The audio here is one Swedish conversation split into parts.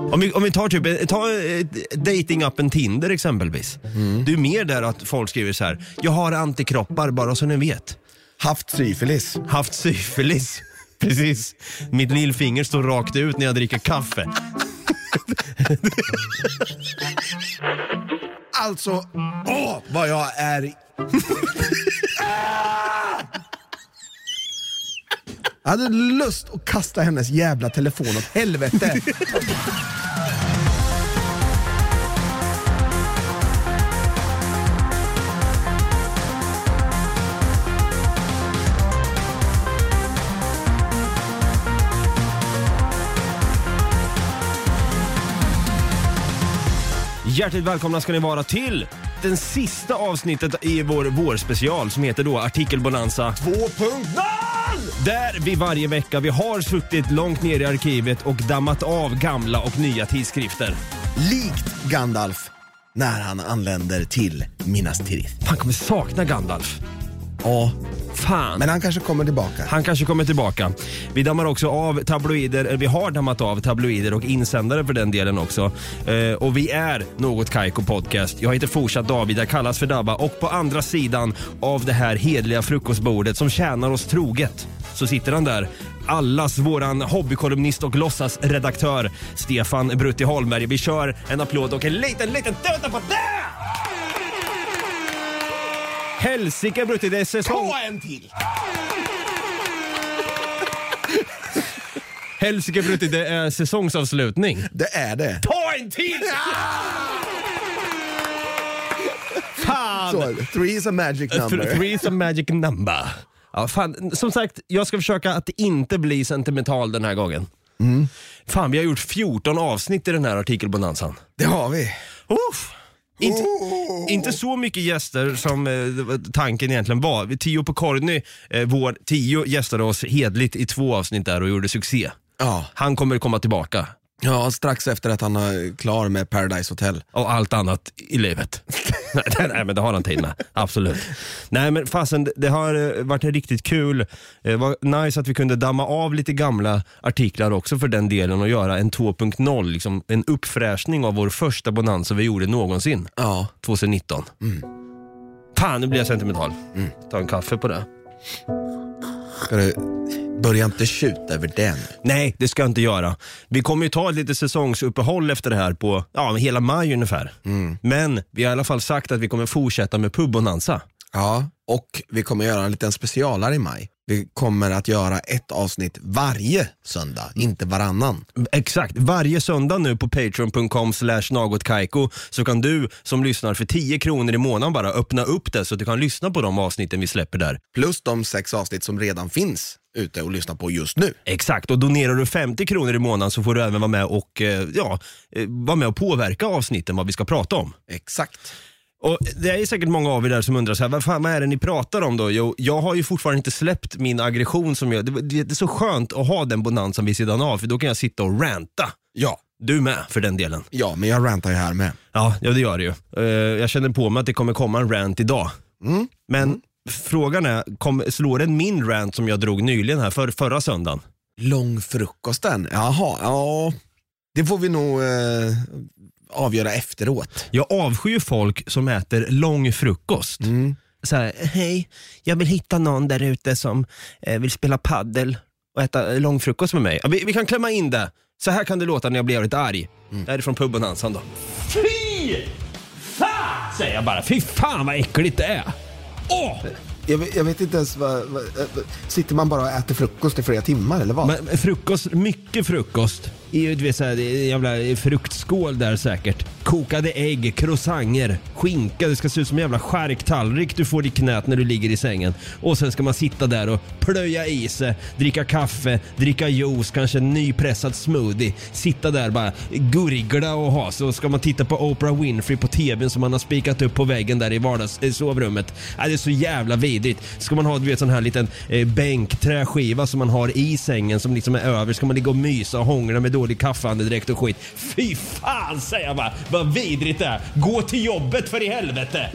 Om vi tar datingappen Tinder exempelvis. Det är mer där att folk skriver så här: jag har antikroppar bara så ni vet. Haft syfilis. Precis. Mitt lillfinger står rakt ut när jag dricker kaffe. Alltså, vad jag är... Jag hade lust att kasta hennes jävla telefon åt helvete. Hjärtligt välkomna ska ni vara till den sista avsnittet i vår vårspecial som heter då Artikelbonanza 2.0! Där vi varje vecka har suttit långt ner i arkivet och dammat av gamla och nya tidskrifter. Likt Gandalf när han anländer till Minas Tirith. Han kommer sakna Gandalf. Ja, fan. men han kanske kommer tillbaka. Han kanske kommer tillbaka. Vi dammar också av tabloider, vi har dammat av tabloider och insändare för den delen också. Och vi är Något Kaiko Podcast. Jag heter fortsatt David, jag kallas för Dabba. Och på andra sidan av det här hedliga frukostbordet som tjänar oss troget så sitter han där. Allas våran hobbykolumnist och låtsasredaktör Stefan Brutti Holmberg. Vi kör en applåd och en liten tuta på det! Helsike Brutti, det är säsong... Ta en till! Helsike Brutti, det är säsongsavslutning. Det är det. Ta en till! Fan! Så, 3 is a magic number. 3 is a magic number. Ja, fan, som sagt, jag ska försöka att inte bli sentimental den här gången. Fan, vi har gjort 14 avsnitt i den här artikelbonanzan. Det har vi. Inte så mycket gäster som tanken egentligen var. Tio på Korny, vår Tio gästade oss hedligt i 2 avsnitt där och gjorde succé. Ja. Han kommer komma tillbaka. Ja, strax efter att han är klar med Paradise Hotel. Och allt annat i livet. Nej, men det har han tid med. Absolut. Nej, men fasen, det har varit riktigt kul. Det var nice att vi kunde damma av lite gamla artiklar också för den delen och göra en 2.0, liksom en uppfräschning av vår första bonanza vi gjorde någonsin. Ja. 2019. Fan, nu blir jag sentimental. Ta en kaffe på det. Ska du... Börja inte skjuta över den. Nej, det ska jag inte göra. Vi kommer ju ta ett lite säsongsuppehåll efter det här på hela maj ungefär. Men vi har i alla fall sagt att vi kommer fortsätta med pubbonanza. Ja, och vi kommer göra en liten specialare i maj. Vi kommer att göra ett avsnitt varje söndag, inte varannan. Exakt, varje söndag nu på patreon.com/nagotkaiko så kan du som lyssnar för 10 kronor i månaden bara öppna upp det så att du kan lyssna på de avsnitten vi släpper där. Plus de 6 avsnitt som redan finns ute och lyssna på just nu. Exakt, och donerar du 50 kronor i månaden så får du även vara med och vara med och påverka avsnitten vad vi ska prata om. Exakt. Och det är säkert många av er där som undrar så här, vad är det ni pratar om då? Jo, jag har ju fortfarande inte släppt min aggression som det är så skönt att ha den bonanzan vid sidan av, för då kan jag sitta och ranta. Ja. Du med för den delen. Ja, men jag rantar ju här med. Ja, det gör det ju. Jag känner på mig att det kommer komma en rant idag. Men frågan är, slår den min rant som jag drog nyligen här förra söndagen? Långfrukosten? Jaha, ja. Det får vi nog avgöra efteråt. Jag avskyr folk som äter lång frukost. Så här, hej, jag vill hitta någon där ute som vill spela paddel och äta lång frukost med mig. Vi kan klämma in det. Så här kan det låta när jag blir lite arg. Det här är från pubbonanzan då. Fy fan, säger jag bara. Fy fan vad äckligt det är. Jag vet inte ens sitter man bara och äter frukost i flera timmar eller vad? Men frukost, mycket frukost. Du vet såhär, jävla fruktskål där säkert. Kokade ägg, croissanter, skinka. Det ska se ut som en jävla skärktallrik du får i knät när du ligger i sängen. Och sen ska man sitta där och plöja i sig, dricka kaffe, dricka juice, kanske en nypressad smoothie. Sitta där bara, gurgla och ha. Så ska man titta på Oprah Winfrey på tvn som man har spikat upp på väggen där i sovrummet. Det är så jävla vidrigt. Ska man ha, du vet, sån här liten bänkträskiva som man har i sängen som liksom är över. Ska man ligga och mysa och hångla med dålig kaffeandedräkt och skit. Fy fan, säger jag bara. Vad vidrigt det är. Gå till jobbet för i helvete.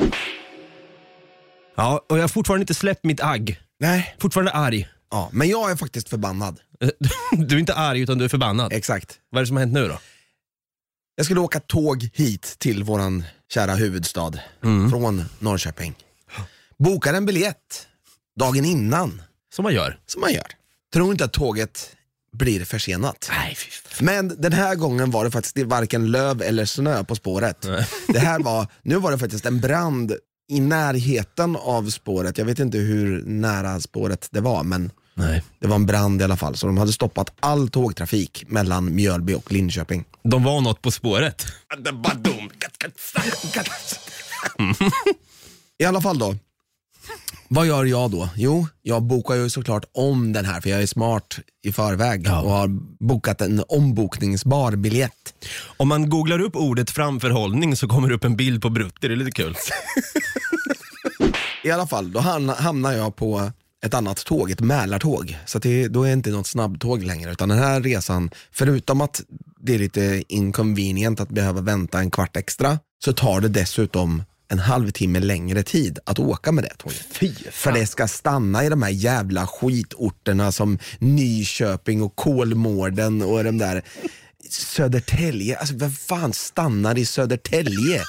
Ja, och jag har fortfarande inte släppt mitt agg. Nej. Fortfarande arg. Ja, men jag är faktiskt förbannad. Du är inte arg utan du är förbannad. Exakt. Vad är det som har hänt nu då? Jag skulle åka tåg hit till våran kära huvudstad från Norrköping. Bokade en biljett dagen innan. Som man gör. Tror inte att tåget blir försenat. Nej, Men den här gången var det faktiskt varken löv eller snö på spåret. Nu var det faktiskt en brand i närheten av spåret. Jag vet inte hur nära spåret det var, men det var en brand i alla fall. Så de hade stoppat all tågtrafik mellan Mjölby och Linköping. De var något på spåret. I alla fall då. Vad gör jag då? Jo, jag bokar ju såklart om den här, för jag är smart i förväg och har bokat en ombokningsbar biljett. Om man googlar upp ordet framförhållning så kommer det upp en bild på Brutti. Det är lite kul. I alla fall, då hamnar jag på ett annat tåg, ett Mälartåg. Så att då är det inte något snabbtåg längre, utan den här resan, förutom att det är lite inconvenient att behöva vänta en kvart extra, så tar det dessutom en halvtimme längre tid att åka med det tåget. För det ska stanna i de här jävla skitorterna som Nyköping och Kolmården och de där Södertälje. Alltså vem fan stannar i Södertälje?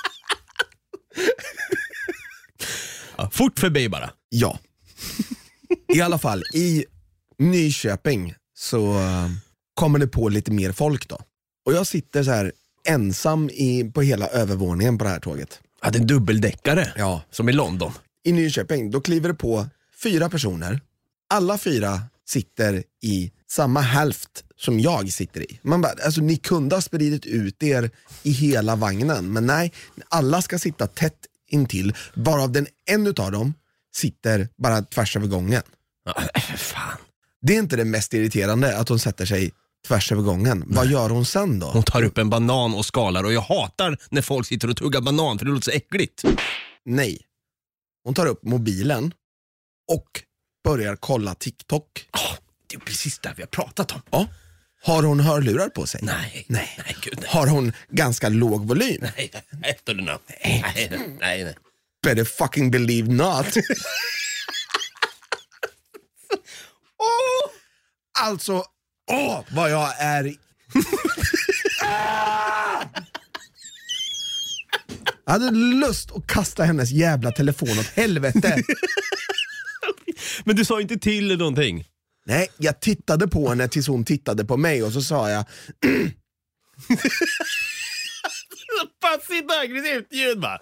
Fort förbi bara. Ja. I alla fall, i Nyköping så kommer det på lite mer folk då. Och jag sitter så här ensam på hela övervåningen på det här tåget. Ja, det är en dubbeldäckare. Ja. Som i London. I Nyköping, då kliver det på 4 personer. Alla 4 sitter i samma hälft som jag sitter i. Man bara, alltså ni kunde ha spridit ut er i hela vagnen. Men nej, alla ska sitta tätt intill. Bara av en utav dem sitter bara tvärs över gången. Fan. Det är inte det mest irriterande att hon sätter sig tvärs över gången. Nej. Vad gör hon sen då? Hon tar upp en banan och skalar. Och jag hatar när folk sitter och tuggar banan, för det låter så äckligt. Nej. Hon tar upp mobilen och börjar kolla TikTok. Det är precis det vi har pratat om. Ja. Har hon hörlurar på sig? Nej, gud, nej. Har hon ganska låg volym? Nej, efter den. Nej. Better fucking believe not. Alltså, vad jag är... Jag hade lust att kasta hennes jävla telefon åt helvete. Men du sa inte till eller någonting. Nej, jag tittade på henne tills hon tittade på mig och så sa jag... Passivt aggressivt ljud bara.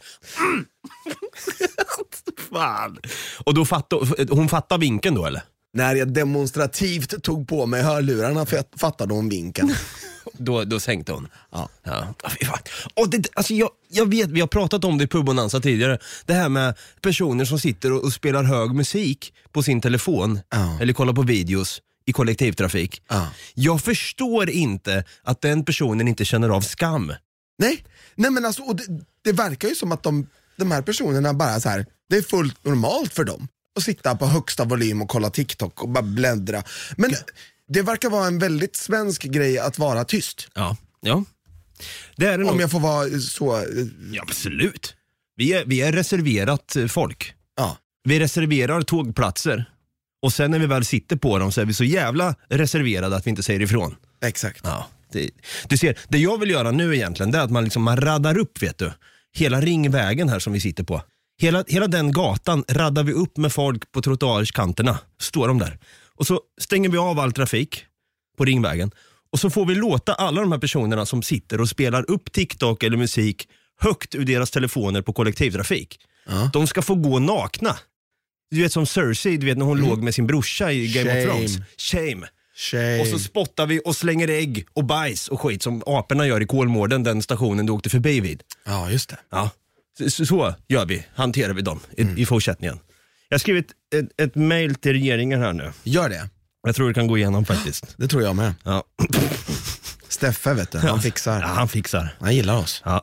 Fan. Och då hon fattade vinken då, eller? När jag demonstrativt tog på mig hörlurarna fattade hon vinken. Då sänkte hon. Ja. Och jag vet, vi har pratat om det i Pubonanza tidigare. Det här med personer som sitter och spelar hög musik på sin telefon. Eller kollar på videos i kollektivtrafik. Jag förstår inte att den personen inte känner av skam. Nej men alltså, och det verkar ju som att de här personerna bara så här, det är fullt normalt för dem att sitta på högsta volym och kolla TikTok och bara bläddra. Men det verkar vara en väldigt svensk grej att vara tyst. Ja. Det är det nog. Om jag får vara så... Ja, absolut. Vi är reserverat folk. Ja. Vi reserverar tågplatser. Och sen när vi väl sitter på dem så är vi så jävla reserverade att vi inte säger ifrån. Exakt. Ja, du ser, det jag vill göra nu egentligen, det är att man raddar upp, vet du. Hela Ringvägen här som vi sitter på. Hela den gatan raddar vi upp med folk på trottoarskanterna. Står de där. Och så stänger vi av all trafik på Ringvägen. Och så får vi låta alla de här personerna som sitter och spelar upp TikTok eller musik högt ur deras telefoner på kollektivtrafik. De ska få gå nakna. Du vet som Cersei, du vet när hon låg med sin brorsa i Game of Thrones. Shame. Och så spottar vi och slänger ägg och bajs och skit som aporna gör i Kolmården, den stationen du åkte förbi vid. Ja, just det. Ja. Så gör vi, hanterar vi dem i fortsättningen. Jag har skrivit ett mejl till regeringen här nu. Gör det. Jag tror det kan gå igenom faktiskt. Det tror jag med. Ja. Steffe, vet du, han fixar. Ja, han fixar. Han gillar oss. Ja.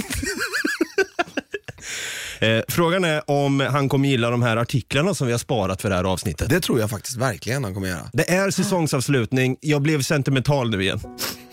Frågan är om han kommer gilla de här artiklarna som vi har sparat för det här avsnittet. Det tror jag faktiskt verkligen han kommer göra. Det är säsongsavslutning. Jag blev sentimental nu igen.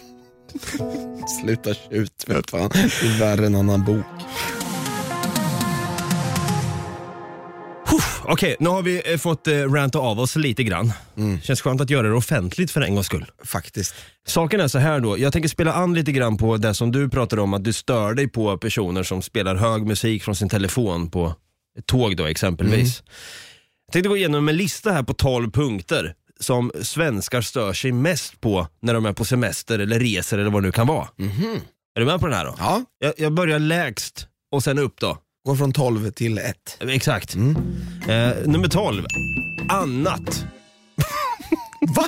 Sluta ut, vet fan. Det är värre än en annan bok. Okej, nu har vi fått ranta av oss lite grann. Känns skönt att göra det offentligt för en gångs skull. Faktiskt. Saken är så här då, jag tänker spela an lite grann på det som du pratade om, att du stör dig på personer som spelar hög musik från sin telefon på ett tåg då exempelvis. Jag tänkte gå igenom en lista här på 12 punkter som svenskar stör sig mest på när de är på semester eller reser eller vad det nu kan vara. Är du med på den här då? Ja. Jag börjar lägst och sen upp då. Går från 12 till 1. Exakt. Nummer 12. Annat. Va?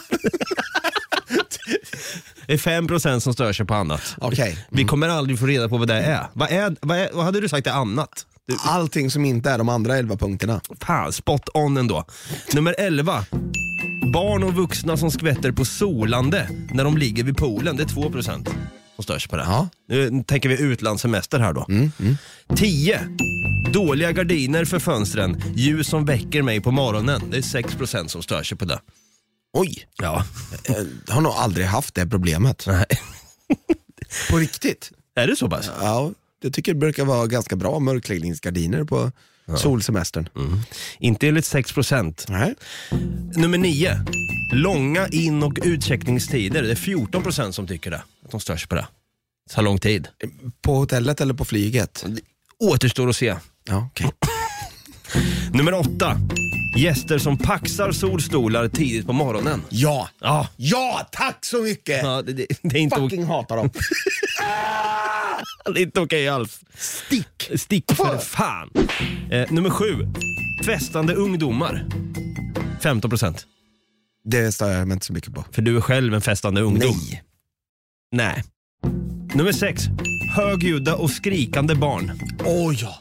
Det är 5% som stör sig på annat. Okej. Vi kommer aldrig få reda på vad det är. Vad hade du sagt är annat? Allting som inte är de andra 11 punkterna. Fan, spot on ändå. Nummer 11. Barn och vuxna som skvätter på solande när de ligger vid poolen. Det är 2% som stör sig på det. Ja. Nu tänker vi utlandssemester här då. 10. Dåliga gardiner för fönstren. Ljus som väcker mig på morgonen. Det är 6% som stör sig på det. Oj. Ja. Jag har nog aldrig haft det problemet. Nej. På riktigt. Är det så pass? Ja, jag tycker det brukar vara ganska bra mörkläggningsgardiner på solsemestern. Inte enligt 6%. Nej. Nummer 9. Långa in- och utcheckningstider. Det är 14% som tycker det. Att de stör sig på det. Så lång tid. På hotellet eller på flyget? Återstår att se. Ja, okej. Nummer 8. Gäster som paxar solstolar tidigt på morgonen. Ja. Ja, Ja, tack så mycket. ja det är inte Fucking hatar dem. det är inte okej alls. Stick för fan. Nummer 7. Festande ungdomar. 15%. Det stör jag mig inte så mycket på. För du är själv en festande ungdom. Nej. Nummer 6. Högljudda och skrikande barn. Åh ja.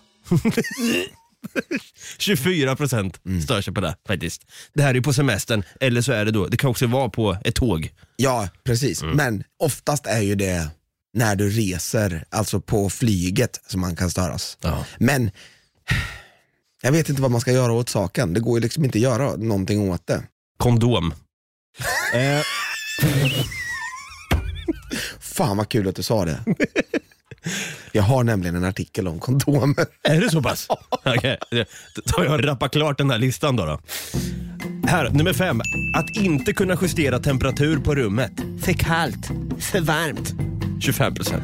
24% stör sig på det faktiskt. Det här är på semestern, eller så är det då. Det kan också vara på ett tåg. Ja, precis. Men oftast är ju det när du reser, alltså på flyget, som man kan störas. Ja. Men jag vet inte vad man ska göra åt saken. Det går ju liksom inte att göra någonting åt det. Kondom. Fan vad kul att du sa det. Jag har nämligen en artikel om kondomer. Är det så pass? Okej, då tar jag och rappar klart den här listan då. Här, nummer 5. Att inte kunna justera temperatur på rummet. För kallt, för varmt. 25%.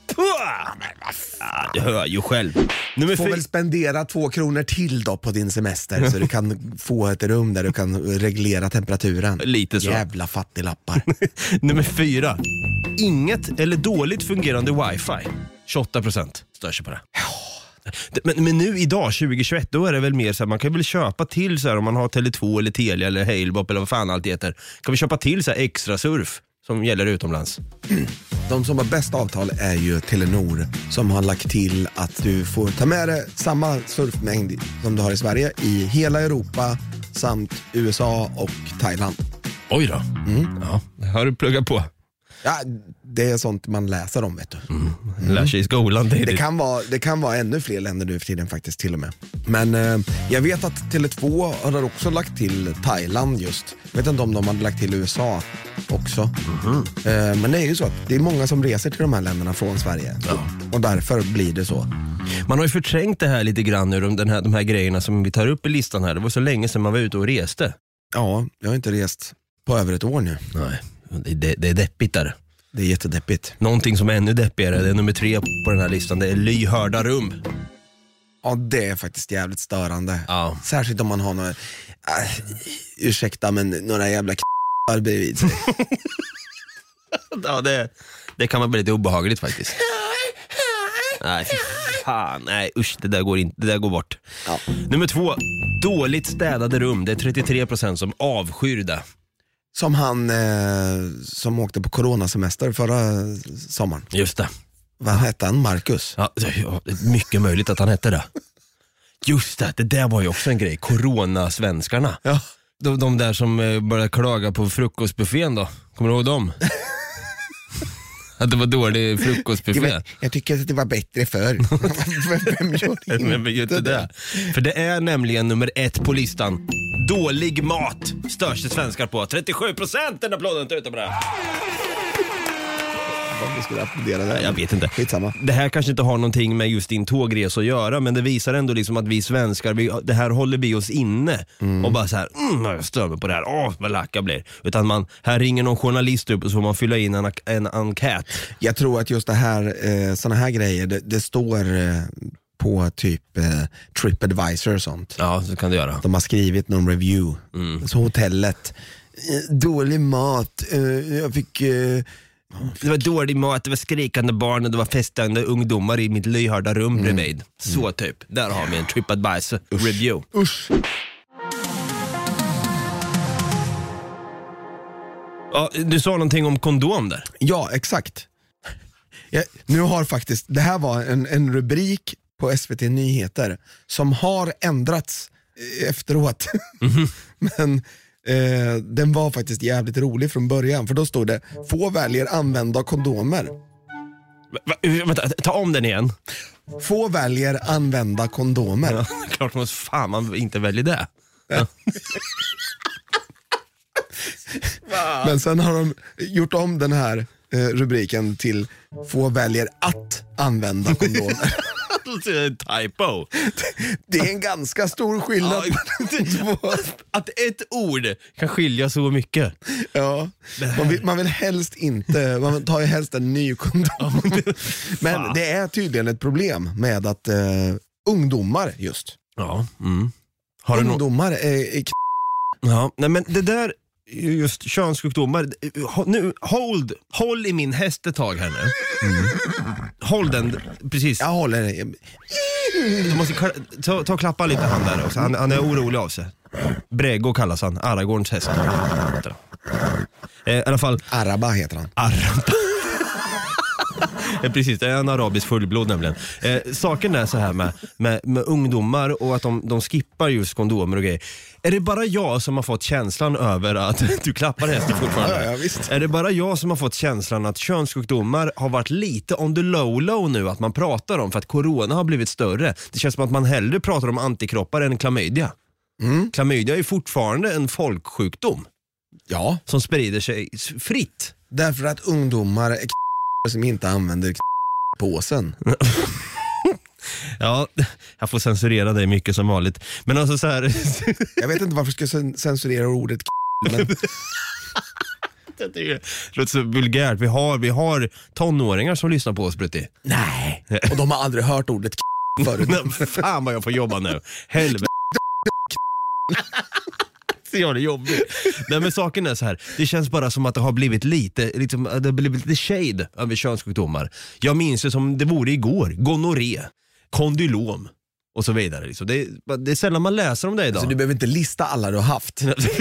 Ja, du hör ju själv. Nummer Får väl spendera 2 kronor till då på din semester så du kan få ett rum där du kan reglera temperaturen. Lite så. Jävla fattiglappar. Nummer 4. Inget eller dåligt fungerande wifi. 28% stör sig på det. Men nu idag 2021 då är det väl mer så här, man kan väl köpa till så här, om man har Tele2 eller Telia eller Halebop eller vad fan allt heter. Kan vi köpa till så här extra surf som gäller utomlands? De som har bäst avtal är ju Telenor, som har lagt till att du får ta med dig samma surfmängd som du har i Sverige i hela Europa samt USA och Thailand. Oj då. Ja, det har du pluggat på. Ja, det är sånt man läser om, vet du. Lär sig i skolan. Det kan vara ännu fler länder nu för tiden faktiskt till och med. Men jag vet att Tele2 har också lagt till Thailand just. Jag vet inte om de hade lagt till USA också. Men det är ju så att det är många som reser till de här länderna från Sverige. Ja. Och därför blir det så. Man har ju förträngt det här lite grann nu, de här grejerna som vi tar upp i listan här. Det var så länge sedan man var ute och reste. Ja, jag har inte rest på över ett år nu. Nej, det är deppigt där. Det är jättedeppigt. Någonting som är ännu deppigare, det är nummer 3 på den här listan. Det är lyhörda rum. Ja, det är faktiskt jävligt störande. Ja. Särskilt om man har några, ursäkta, men några jävla k***ar bredvid sig. Ja, det kan vara väldigt obehagligt faktiskt. Nej, fy fan. Nej, usch, det där går inte. Det där går bort. Ja. Nummer 2. Dåligt städade rum. Det är 33% som avskyr det. Som han som åkte på coronasemester förra sommaren. Just det. Vad hette han? Marcus? Ja, det är mycket möjligt att han hette det. Just det där var ju också en grej. Coronasvenskarna. Ja. De där som började klaga på frukostbuffén då. Kommer du ihåg dem? Att det var dålig frukostbuffé. Jag tycker att det var bättre förr. Vem gör inte det? För det är nämligen nummer 1 på listan. Dålig mat störs det svenskar på. 37%, den applåden ute på det. Om vi skulle applådera det. Jag vet inte. Skitsamma. Det här kanske inte har någonting med just din tågresa att göra, men det visar ändå liksom att vi svenskar, det här håller vi oss inne och bara så här, jag stör mig på det här, vad lack jag blir. Utan här ringer någon journalist upp och så får man fylla in en enkät. Jag tror att just det här, såna här grejer, det står på typ TripAdvisor och sånt. Ja, så kan det göra. De har skrivit någon review. Så hotellet, dålig mat, jag fick... Det var dålig mat, det var skrikande barn och det var festande ungdomar i mitt lyhörda rum bredvid. Så typ, där har vi en TripAdvisor review. Usch. Ja, du sa någonting om kondom där. Ja, exakt. Nu har faktiskt, det här var en rubrik på SVT Nyheter som har ändrats efteråt. Men den var faktiskt jävligt rolig från början, för då stod det: få väljer använda kondomer. Vänta, ta om den igen. Få väljer använda kondomer. Ja, klart man inte väljer det. Ja. Men sen har de gjort om den här rubriken till: få väljer att använda kondomer. Typo. Det är en ganska stor skillnad. Att ett ord kan skilja så mycket. Ja, man vill helst inte, man tar ju helst en ny kondom. Men det är tydligen ett problem med att ungdomar just. Ja. Har ungdomar är ja, nej men det där, just könssjukdomar, nu, håll i min häst ett tag här nu. Håll den, precis. Jag håller. Du måste ta och klappa lite han där också. Han är orolig av sig. Brego kallas han, Aragorns häst. I alla fall Araba heter han. Araba. Precis, det är en arabisk fullblod nämligen. Saken är så här med ungdomar och att de skippar just kondomer och grejer. Är det bara jag som har fått känslan över att du klappar hästen fortfarande? Ja, visst. Är det bara jag som har fått känslan att könssjukdomar har varit lite on the low nu, att man pratar om, för att corona har blivit större? Det känns som att man hellre pratar om antikroppar än klamydia. Klamydia är fortfarande en folksjukdom. Ja. Som sprider sig fritt. Därför att ungdomar är som inte använder påsen. Ja, jag får censurera dig mycket som vanligt. Men alltså så här. Jag vet inte varför jag ska censurera ordet men... Det låter så vulgärt. Vi har tonåringar som lyssnar på oss, Brutti. Nej, och de har aldrig hört ordet förut. Fan vad jag får jobba nu. Helvete. Så jag det jobbigt. Nej, men saken är så här. Det känns bara som att det har blivit lite, liksom, det har blivit lite shade över könssjukdomar. Jag minns det som det vore igår. Gonorré, kondylom och så vidare. Liksom. Det är sällan man läser om det idag. Så du behöver inte lista alla du har haft.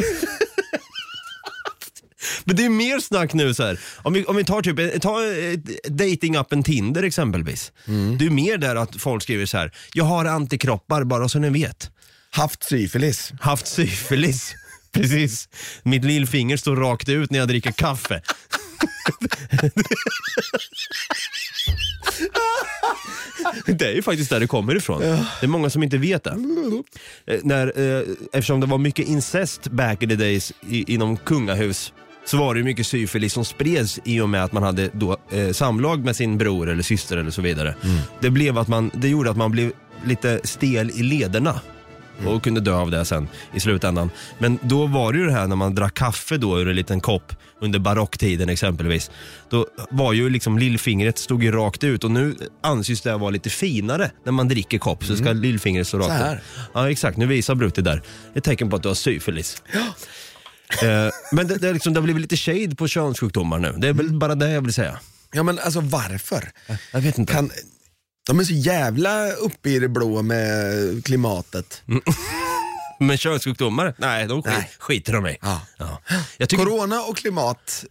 Men det är mer snack nu så här. Om vi tar typ datingappen Tinder exempelvis. Det är mer där att folk skriver så här: jag har antikroppar bara så ni vet. Haft syfilis. Precis. Mitt lillfinger står rakt ut när jag dricker kaffe. Det är ju faktiskt där det kommer ifrån. Det är många som inte vet det. Eftersom det var mycket incest back in the days inom kungahus, så var det mycket syfilis som spreds i och med att man hade då samlag med sin bror eller syster eller så vidare. Det gjorde att man blev lite stel i lederna och kunde dö av det sen i slutändan. Men då var det ju det här när man drack kaffe då ur en liten kopp under barocktiden exempelvis. Då var ju liksom lillfingret stod ju rakt ut, och nu anses det vara lite finare när man dricker kopp, så ska lillfingret stå rakt ut. Ja, exakt. Nu visar Brutti där. Ett tecken på att du har syfilis. Ja. Men det har blivit lite shade på könssjukdomar nu. Det är väl bara det jag vill säga. Ja, men alltså varför? Jag vet inte. De är så jävla uppe i det blå med klimatet. Men könssjukdomar? Nej, de skiter de i. Ja. Ja. Corona och klimat,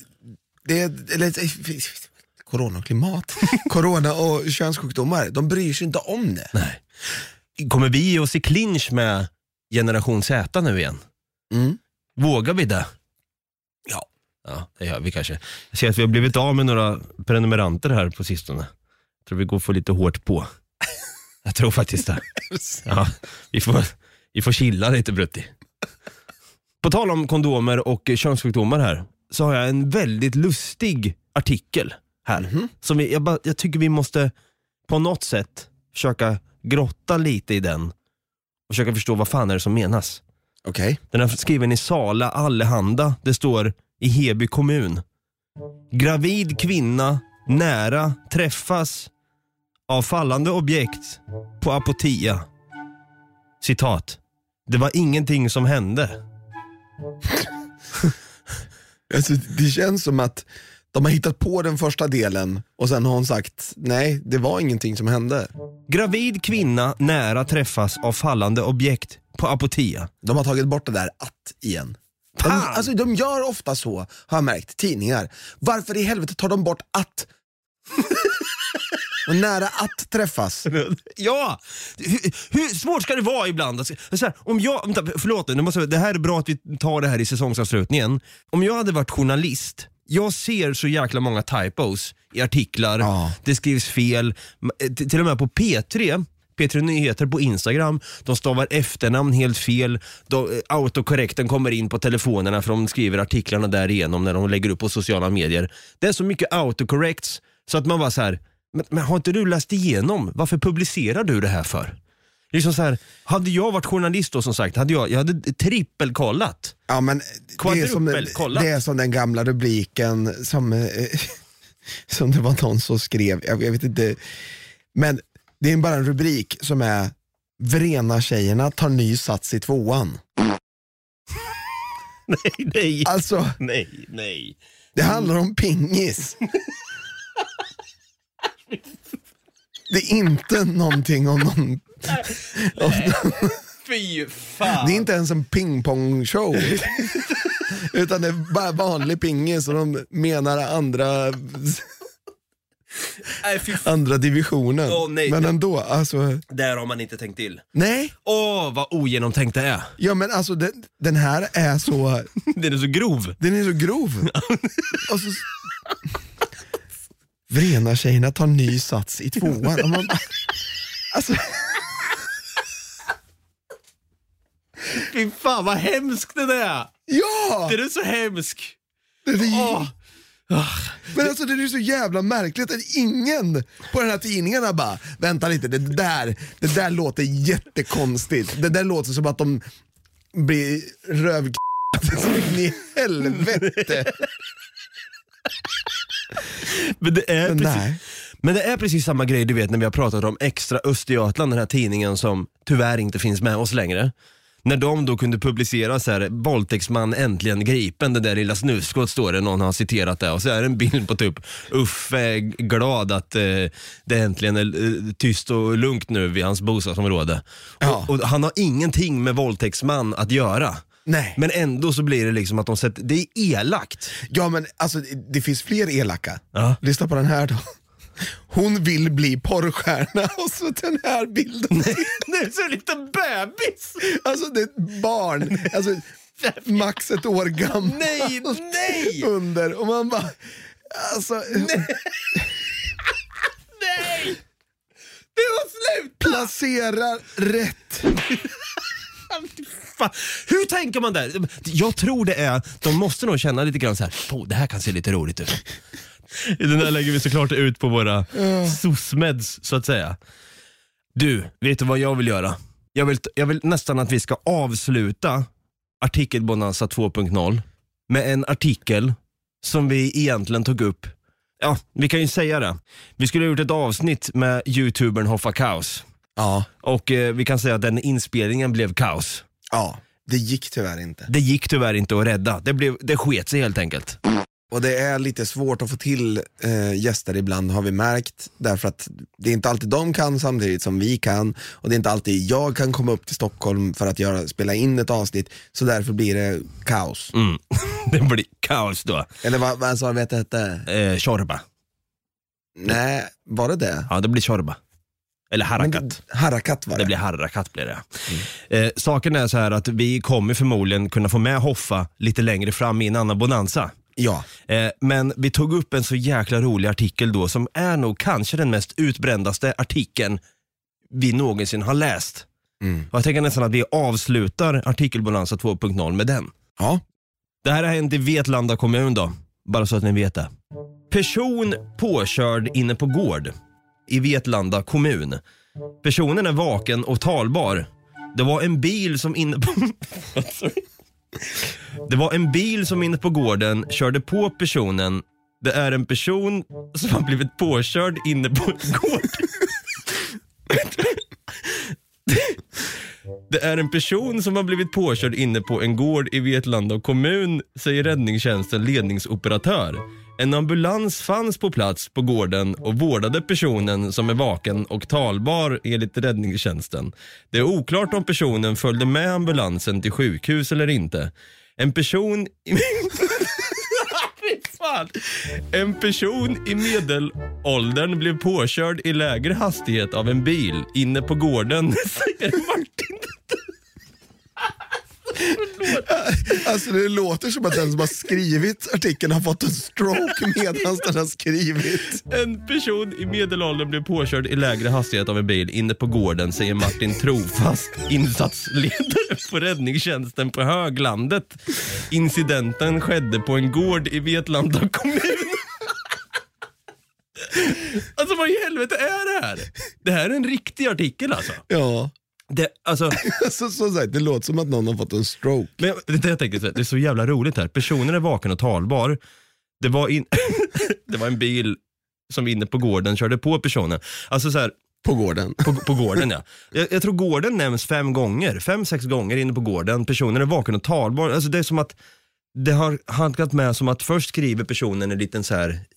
corona och klimat. Corona och könssjukdomar, de bryr sig inte om det. Nej. Kommer vi ge oss i clinch med generation Z nu igen? Vågar vi det? Ja, det gör vi kanske. Jag ser att vi har blivit av med några prenumeranter här på sistone. Jag tror vi går för lite hårt på. Jag tror faktiskt det. Ja, vi får chilla lite, Brutti. På tal om kondomer och könssjukdomar här, så har jag en väldigt lustig artikel här. Som jag tycker vi måste på något sätt försöka grotta lite i den och försöka förstå vad fan är det som menas. Okej. Den är skriven i Sala Allehanda. Det står i Heby kommun. Gravid kvinna nära träffas av fallande objekt på Apotea. Citat. Det var ingenting som hände. Alltså, det känns som att de har hittat på den första delen och sen har hon sagt nej, det var ingenting som hände. Gravid kvinna nära träffas av fallande objekt på Apotea. De har tagit bort det där att igen. De gör ofta så, har jag märkt, tidningar. Varför i helvete tar de bort att? Och nära att träffas. Ja, hur svårt ska det vara ibland? Alltså, så här, om jag, förlåt nu, det här är bra att vi tar det här i säsongsavslutningen. Om jag hade varit journalist, jag ser så jäkla många typos i artiklar. Det skrivs fel. Till och med på P3 Nyheter på Instagram, de stavar efternamn helt fel. Autokorrekten kommer in på telefonerna för de skriver artiklarna därigenom när de lägger upp på sociala medier. Det är så mycket autocorrects så att man bara så här, men har inte du läst igenom? Varför publicerar du det här för? Liksom så här, hade jag varit journalist då, som sagt, jag hade trippelkollat. Ja, men det är som den gamla rubriken som det var någon som skrev, jag vet inte, men det är bara en rubrik som är Vrena-tjejerna tar ny sats i 2:an. Nej. Alltså, nej. Det handlar om pingis. Det är inte någonting om någon... Fy fan. Det är inte ens en pingpong-show. Utan det är bara vanlig pingis och de menar andra divisionen. Nej, men ändå, alltså... Där har man inte tänkt till. Nej. Vad ogenomtänkt det är. Ja, men alltså den här är så... Den är så grov. Den är så grov. Och så... Vrena-tjejerna tar ny sats i 2:an. Man... Alltså... Fy fan vad hemskt det är. Ja! Det är så hemskt. Men alltså det är så jävla märkligt att ingen på den här tidningarna bara, vänta lite, det där låter jättekonstigt. Det där låter som att de blir rövknappade i helvete. Men det är precis samma grej, du vet, när vi har pratat om Extra Östergötland, den här tidningen som tyvärr inte finns med oss längre. När de då kunde publicera så här, våldtäktsman äntligen gripen, det där lilla snuskott står det, någon har citerat det, och så är det en bild på typ Uffe är glad att det äntligen är tyst och lugnt nu vid hans bostadsområde. Ja. Och han har ingenting med våldtäktsman att göra. Nej. Men ändå så blir det liksom att de sätter, det är elakt. Ja, men alltså det finns fler elaka. Ja. Lyssna på den här då. Hon vill bli porrstjärna och så den här bilden. Det är så liten bebis. Alltså det är ett barn, alltså max ett år gammal. Nej. Under, och man bara, alltså... Nej. Det var slut. Placera rätt. Hur tänker man där? Jag tror det är, de måste nog känna lite grann så här, det här kan se lite roligt ut. Den här lägger vi såklart ut på våra SOSMEDs, så att säga. Du, vet du vad jag vill göra? Jag vill nästan att vi ska avsluta artikelbonanza 2.0 med en artikel som vi egentligen tog upp. Ja, vi kan ju säga det. Vi skulle ha gjort ett avsnitt med YouTubern Hoffa Kaos. Ja. Och vi kan säga att den inspelningen blev kaos. Ja, det gick tyvärr inte. Det gick tyvärr inte att rädda. Det sket sig helt enkelt. Och det är lite svårt att få till gäster ibland, har vi märkt. Därför att det är inte alltid de kan samtidigt som vi kan. Och det är inte alltid jag kan komma upp till Stockholm för att spela in ett avsnitt. Så därför blir det kaos. Det blir kaos då. Eller vad sa vi att det hette? Chorba. Nej, var det det? Ja, det blir chorba. Eller harakat. Harakat var det. Det blir harakat blir det. Saken är så här att vi kommer förmodligen kunna få med Hoffa lite längre fram i en annan bonanza. Ja. Men vi tog upp en så jäkla rolig artikel då som är nog kanske den mest utbrändaste artikeln vi någonsin har läst. Och jag tänker nästan att vi avslutar artikelbonanza 2.0 med den. Ja. Det här har hänt i Vetlanda kommun då, bara så att ni vet det. Person påkörd inne på gård i Vetlanda kommun. Personen är vaken och talbar. Det var en bil som inne på Det var en bil som inne på gården körde på personen. Det är en person som har blivit påkörd inne på en gård. Det är en person som har blivit påkörd inne på en gård i Vetlanda kommun, säger räddningstjänsten ledningsoperatör. En ambulans fanns på plats på gården och vårdade personen som är vaken och talbar enligt räddningstjänsten. Det är oklart om personen följde med ambulansen till sjukhus eller inte. En person En person i medelåldern blev påkörd i lägre hastighet av en bil inne på gården, säger Martin. Alltså det låter som att den som har skrivit artikeln har fått en stroke medan den har skrivit. En person i medelåldern blev påkörd i lägre hastighet av en bil inne på gården, säger Martin Trofast, insatsledare på räddningstjänsten på Höglandet. Incidenten skedde på en gård i Vetlanda kommun. Alltså vad i helvete är det här? Det här är en riktig artikel alltså. Ja. Det, alltså, så sagt, det låter som att någon har fått en stroke. Men jag tänkte, det är så jävla roligt här. Personen är vaken och talbar. Det var en bil som inne på gården körde på personen. Alltså så här, på gården. På gården, ja. Jag tror gården nämns 5-6 gånger inne på gården. Personen är vaken och talbar. Alltså det är som att det har handlat med som att först skriver personen en liten så här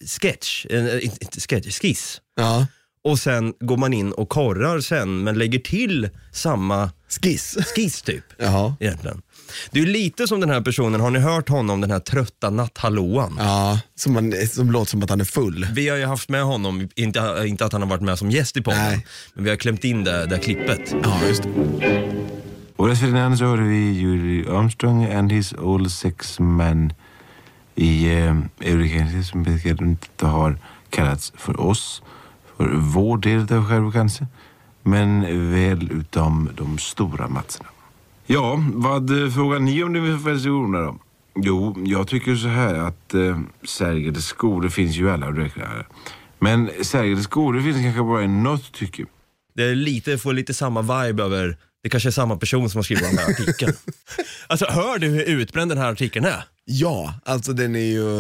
skiss. Ja. Och sen går man in och korrar sen, men lägger till samma skiss typ. Jaha. Egentligen. Det är ju lite som den här personen, har ni hört honom, den här trötta natthallåan? Ja, som låter som att han är full. Vi har ju haft med honom, inte att han har varit med som gäst i podden. Nej. Men vi har klämt in det där klippet. Ja, just det. Och dessförinnan så hörde vi Julie Armstrong and his all six men i Eureka som inte har kallats för oss, för vår del av själva kanske, men väl utom de stora matcherna. Ja, vad frågar ni om det med festivalerna då? Jo, jag tycker så här att Sergels skolor finns ju alla räknare. Men Sergels skolor finns kanske bara i något tycker. Det är får lite samma vibe över, det kanske är samma person som har skrivit den här artikeln. Alltså, hör du hur utbränd den här artikeln är? Ja, alltså den är ju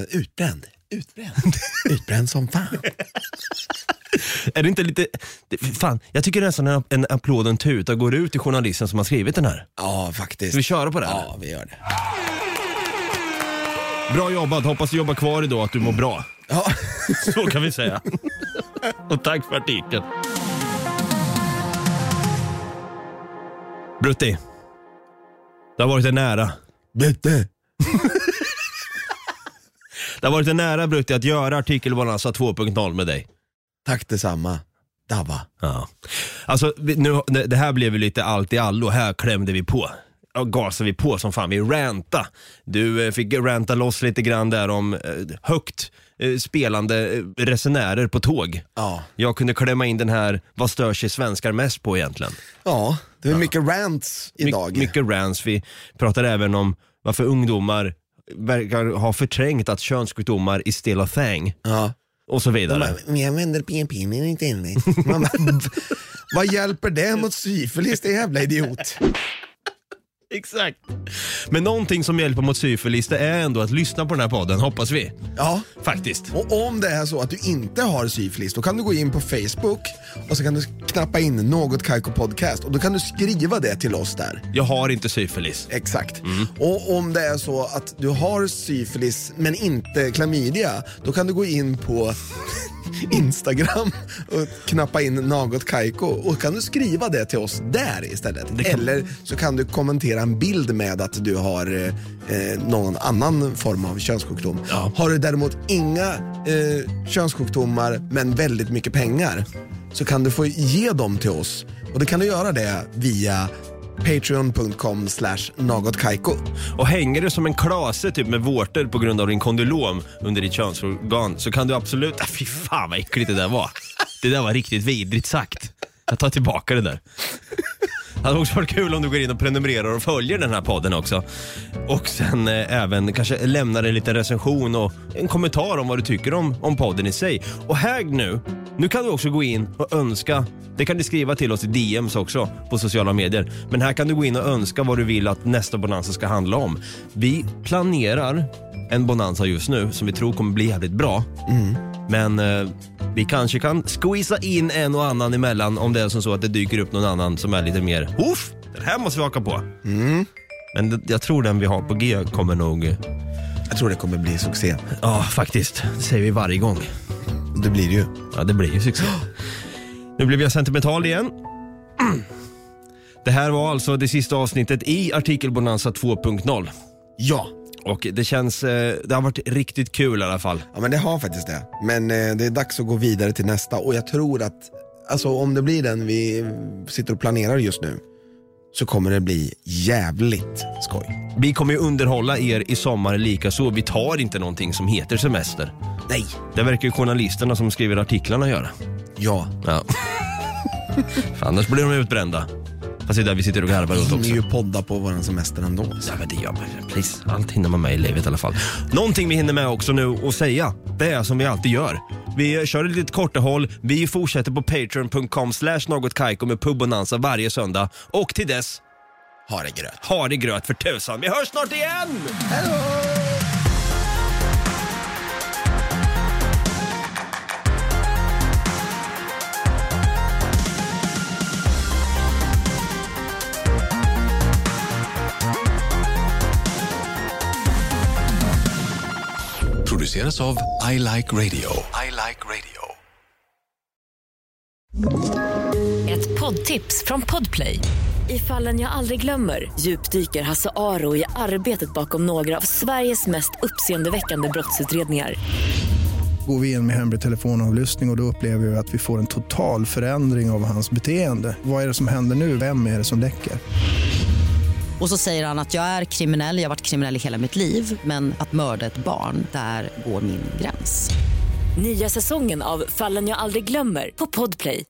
utbränd som fan. Är det inte lite... Fan, jag tycker nästan en applåd och en tuta går ut till journalisten som har skrivit den här. Ja, faktiskt. Ska vi köra på det här? Ja, vi gör det. Bra jobbat, hoppas du jobbar kvar idag, att du mår bra. Ja. Så kan vi säga. Och tack för artikeln. Brutti, det har varit en ära. Brutti. Det har varit en ära, Brutti, att göra Artikelbalansa 2.0 med dig. Tack detsamma, Dava. Ja. Alltså, det här blev ju lite allt i allo. Här klämde vi på. Och gasade vi på som fan. Vi ranta. Du fick ranta loss lite grann där om högt spelande resenärer på tåg. Ja. Jag kunde klämma in den här, vad stör sig svenskar mest på egentligen? Ja, det är mycket rants idag. Mycket rants. Vi pratar även om varför ungdomar verkar ha förträngt att könssjukdomar is still a thing. Ja. Och så vidare. Men jag vänder PNP-pinnen inte in. Vad hjälper det mot syfilis, det jävla idiot? Exakt. Men någonting som hjälper mot syfilis, det är ändå att lyssna på den här podden, hoppas vi. Ja. Faktiskt. Och om det är så att du inte har syfilis, då kan du gå in på Facebook och så kan du knappa in Något Kaiko Podcast och då kan du skriva det till oss där. Jag har inte syfilis. Exakt. Och om det är så att du har syfilis men inte klamydia, då kan du gå in på Instagram och knappa in Något Kaiko och kan du skriva det till oss där istället. Eller så kan du kommentera en bild med att du har någon annan form av könssjukdom. Ja. Har du däremot inga könssjukdomar men väldigt mycket pengar, så kan du få ge dem till oss. Och det kan du göra det via patreon.com/nagotkaiko. Och hänger du som en klase typ med vårtor på grund av din kondylom under ditt könsorgan, så kan du absolut... fy fan vad äckligt det där var. Det där var riktigt vidrigt sagt. Jag tar tillbaka det där. Det hade också varit kul om du går in och prenumererar och följer den här podden också. Och sen även kanske lämnar en liten recension och en kommentar om vad du tycker om podden i sig. Och här nu kan du också gå in och önska. Det kan du skriva till oss i DMs också på sociala medier. Men här kan du gå in och önska vad du vill att nästa bonanza ska handla om. Vi planerar en bonanza just nu som vi tror kommer bli jävligt bra. Men vi kanske kan squeeza in en och annan emellan om det är som så att det dyker upp någon annan som är lite mer den här måste vi haka på. Men jag tror den vi har på G kommer nog... Jag tror det kommer bli succé. Ja, faktiskt. Det säger vi varje gång. Det blir det ju. Ja, det blir ju succé. Nu blev jag sentimental igen. Det här var alltså det sista avsnittet i Artikelbonanza 2.0. Ja. Och det känns, det har varit riktigt kul i alla fall. Ja, men det har faktiskt det. Men det är dags att gå vidare till nästa. Och jag tror att, alltså om det blir den vi sitter och planerar just nu, så kommer det bli jävligt skoj. Vi kommer ju underhålla er i sommar lika så. Vi tar inte någonting som heter semester. Nej. Det verkar ju journalisterna som skriver artiklarna göra. Ja. För annars blir de utbrända. Fast det är där vi sitter och garvar åt också. Vi hinner ju podda på våran semester ändå. Ja, men det gör man. Precis. Allt hinner man med i livet i alla fall. Någonting vi hinner med också nu att säga, det är som vi alltid gör. Vi kör ett litet korta håll. Vi fortsätter på patreon.com/nogotkaiko med pubbonanza varje söndag. Och till dess, ha det gröt för tusan. Vi hörs snart igen! Hej då! Produceras av I Like Radio. I Like Radio. Ett poddtips från Podplay. I Fallen jag aldrig glömmer djupdyker Hasse Aro i arbetet bakom några av Sveriges mest uppseendeväckande brottsutredningar. Går vi in med hemlig telefonavlyssning och då upplever vi att vi får en total förändring av hans beteende. Vad är det som händer nu? Vem är det som läcker? Och så säger han att jag är kriminell, jag har varit kriminell i hela mitt liv. Men att mörda ett barn, där går min gräns. Nya säsongen av Fallen jag aldrig glömmer på Podplay.